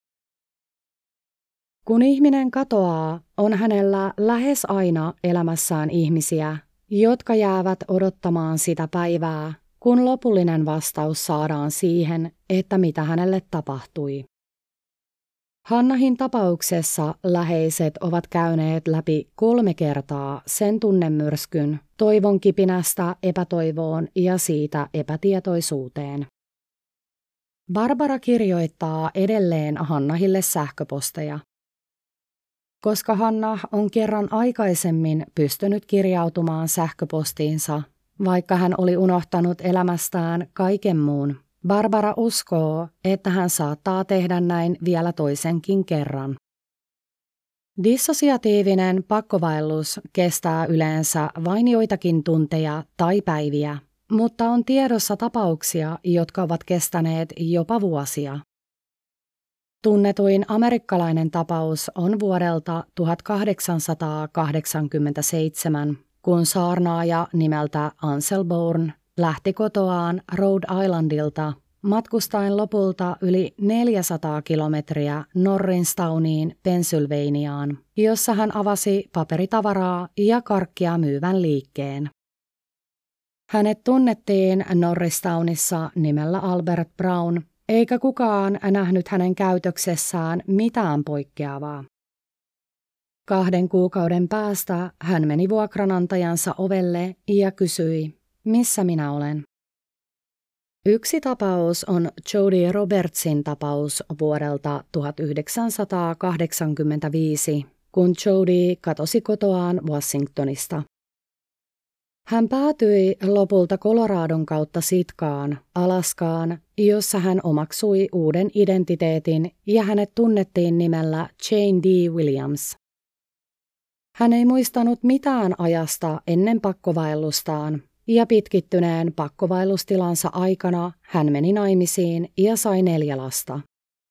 Kun ihminen katoaa, on hänellä lähes aina elämässään ihmisiä, jotka jäävät odottamaan sitä päivää, kun lopullinen vastaus saadaan siihen, että mitä hänelle tapahtui. Hannahin tapauksessa läheiset ovat käyneet läpi kolme kertaa sen tunnemyrskyn, toivon kipinästä epätoivoon ja siitä epätietoisuuteen. Barbara kirjoittaa edelleen Hannahille sähköposteja. Koska Hannah on kerran aikaisemmin pystynyt kirjautumaan sähköpostiinsa, vaikka hän oli unohtanut elämästään kaiken muun, Barbara uskoo, että hän saattaa tehdä näin vielä toisenkin kerran. Dissosiatiivinen pakkovaellus kestää yleensä vain joitakin tunteja tai päiviä, mutta on tiedossa tapauksia, jotka ovat kestäneet jopa vuosia. Tunnetuin amerikkalainen tapaus on vuodelta tuhatkahdeksansataakahdeksankymmentäseitsemän, kun saarnaaja nimeltä Ansel Bourne lähti kotoaan Rhode Islandilta matkustaen lopulta yli neljäsataa kilometriä Norristowntiin Pennsylvaniaan, jossa hän avasi paperitavaraa ja karkkia myyvän liikkeen. Hänet tunnettiin Norristownissa nimellä Albert Brown, eikä kukaan nähnyt hänen käytöksessään mitään poikkeavaa. Kahden kuukauden päästä hän meni vuokranantajansa ovelle ja kysyi, missä minä olen. Yksi tapaus on Jody Robertsin tapaus vuodelta tuhatyhdeksänsataakahdeksankymmentäviisi, kun Jody katosi kotoaan Washingtonista. Hän päätyi lopulta Coloradon kautta Sitkaan, Alaskaan, jossa hän omaksui uuden identiteetin ja hänet tunnettiin nimellä Jane D. Williams. Hän ei muistanut mitään ajasta ennen pakkovaellustaan, ja pitkittyneen pakkovaellustilansa aikana hän meni naimisiin ja sai neljä lasta.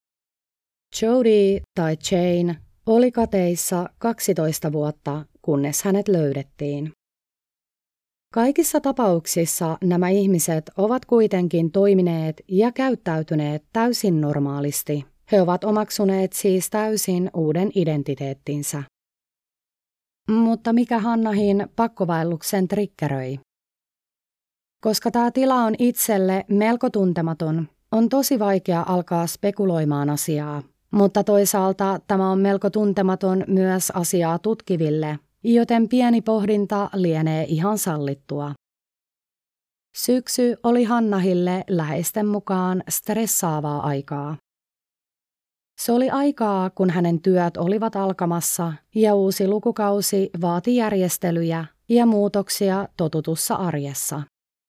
Jody tai Jane oli kateissa kaksitoista vuotta, kunnes hänet löydettiin. Kaikissa tapauksissa nämä ihmiset ovat kuitenkin toimineet ja käyttäytyneet täysin normaalisti. He ovat omaksuneet siis täysin uuden identiteettinsä. Mutta mikä Hannahin pakkovaelluksen triggeröi? Koska tämä tila on itselle melko tuntematon, on tosi vaikea alkaa spekuloimaan asiaa, mutta toisaalta tämä on melko tuntematon myös asiaa tutkiville, joten pieni pohdinta lienee ihan sallittua. Syksy oli Hannahille läheisten mukaan stressaavaa aikaa. Se oli aikaa, kun hänen työt olivat alkamassa ja uusi lukukausi vaati järjestelyjä ja muutoksia totutussa arjessa.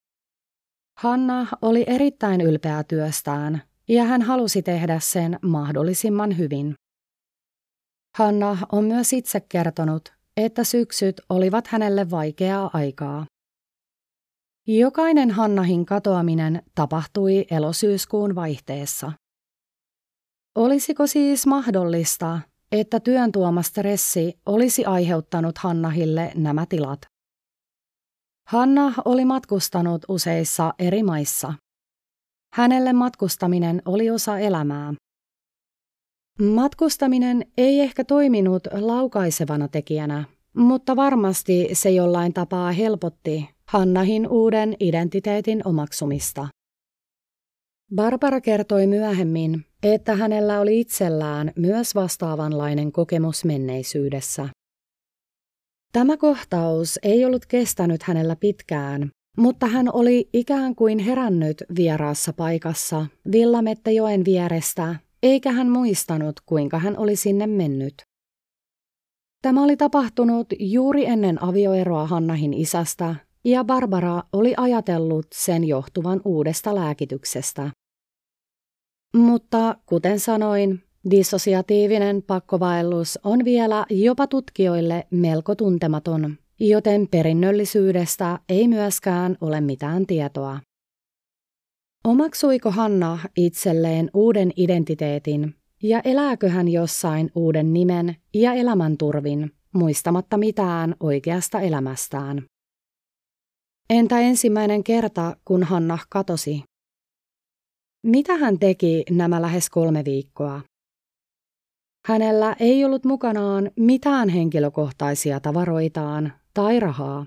Hannah oli erittäin ylpeä työstään ja hän halusi tehdä sen mahdollisimman hyvin. Hannah on myös itse kertonut, että syksyt olivat hänelle vaikeaa aikaa. Jokainen Hannahin katoaminen tapahtui elosyyskuun vaihteessa. Olisiko siis mahdollista, että työn tuoma stressi olisi aiheuttanut Hannahille nämä tilat? Hannah oli matkustanut useissa eri maissa. Hänelle matkustaminen oli osa elämää. Matkustaminen ei ehkä toiminut laukaisevana tekijänä, mutta varmasti se jollain tapaa helpotti Hannahin uuden identiteetin omaksumista. Barbara kertoi myöhemmin, että hänellä oli itsellään myös vastaavanlainen kokemus menneisyydessä. Tämä kohtaus ei ollut kestänyt hänellä pitkään, mutta hän oli ikään kuin herännyt vieraassa paikassa Villamettejoen vierestä, eikä hän muistanut, kuinka hän oli sinne mennyt. Tämä oli tapahtunut juuri ennen avioeroa Hannahin isästä, ja Barbara oli ajatellut sen johtuvan uudesta lääkityksestä. Mutta kuten sanoin, dissosiatiivinen pakkovaellus on vielä jopa tutkijoille melko tuntematon, joten perinnöllisyydestä ei myöskään ole mitään tietoa. Omaksuiko Hannah itselleen uuden identiteetin ja elääkö hän jossain uuden nimen ja elämänturvin, muistamatta mitään oikeasta elämästään? Entä ensimmäinen kerta, kun Hannah katosi? Mitä hän teki nämä lähes kolme viikkoa? Hänellä ei ollut mukanaan mitään henkilökohtaisia tavaroitaan tai rahaa.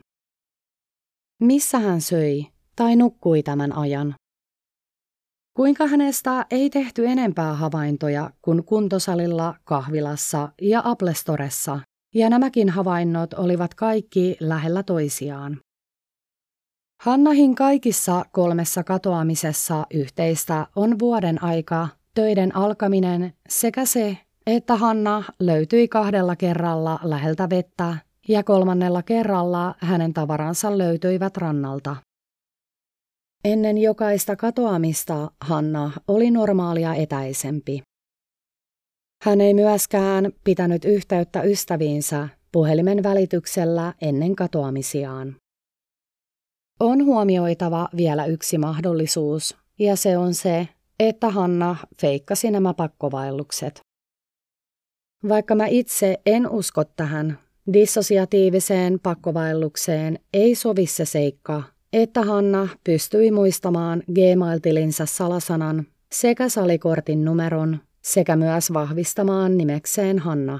Missä hän söi tai nukkui tämän ajan? Kuinka hänestä ei tehty enempää havaintoja kuin kuntosalilla, kahvilassa ja Apple Storessa, ja nämäkin havainnot olivat kaikki lähellä toisiaan. Hannahin kaikissa kolmessa katoamisessa yhteistä on vuoden aika, töiden alkaminen sekä se, että Hanna löytyi kahdella kerralla läheltä vettä ja kolmannella kerralla hänen tavaransa löytyivät rannalta. Ennen jokaista katoamista Hanna oli normaalia etäisempi. Hän ei myöskään pitänyt yhteyttä ystäviinsä puhelimen välityksellä ennen katoamisiaan. On huomioitava vielä yksi mahdollisuus, ja se on se, että Hanna feikkasi nämä pakkovaellukset. Vaikka mä itse en usko tähän, dissosiatiiviseen pakkovaellukseen ei sovi se seikka, että Hanna pystyi muistamaan Gmail-tilinsä salasanan sekä salikortin numeron sekä myös vahvistamaan nimekseen Hanna.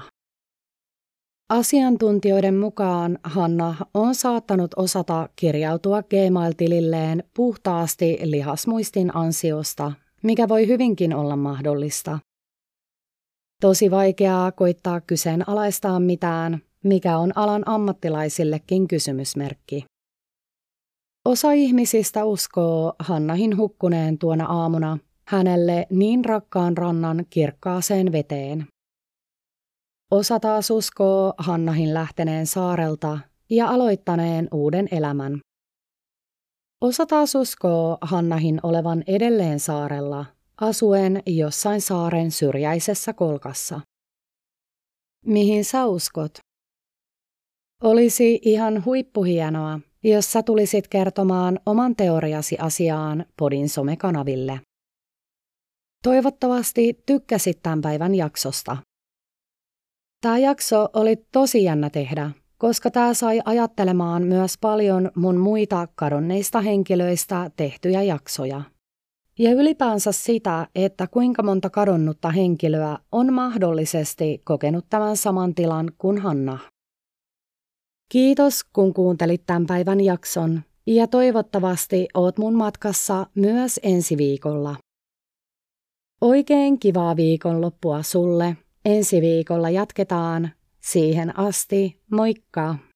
Asiantuntijoiden mukaan Hanna on saattanut osata kirjautua Gmail-tililleen puhtaasti lihasmuistin ansiosta, mikä voi hyvinkin olla mahdollista. Tosi vaikeaa koittaa kyseenalaistaa mitään, mikä on alan ammattilaisillekin kysymysmerkki. Osa ihmisistä uskoo Hannahin hukkuneen tuona aamuna hänelle niin rakkaan rannan kirkkaaseen veteen. Osa taas uskoo Hannahin lähteneen saarelta ja aloittaneen uuden elämän. Osa taas uskoo Hannahin olevan edelleen saarella, asuen jossain saaren syrjäisessä kolkassa. Mihin sä uskot? Olisi ihan huippuhienoa, jos sä tulisit kertomaan oman teoriasi asiaan Podin somekanaville. Toivottavasti tykkäsit tämän päivän jaksosta. Tämä jakso oli tosi jännä tehdä, koska tämä sai ajattelemaan myös paljon mun muita kadonneista henkilöistä tehtyjä jaksoja. Ja ylipäänsä sitä, että kuinka monta kadonnutta henkilöä on mahdollisesti kokenut tämän saman tilan kuin Hanna. Kiitos, kun kuuntelit tämän päivän jakson, ja toivottavasti oot mun matkassa myös ensi viikolla. Oikein kivaa viikonloppua sulle. Ensi viikolla jatketaan. Siihen asti, moikka!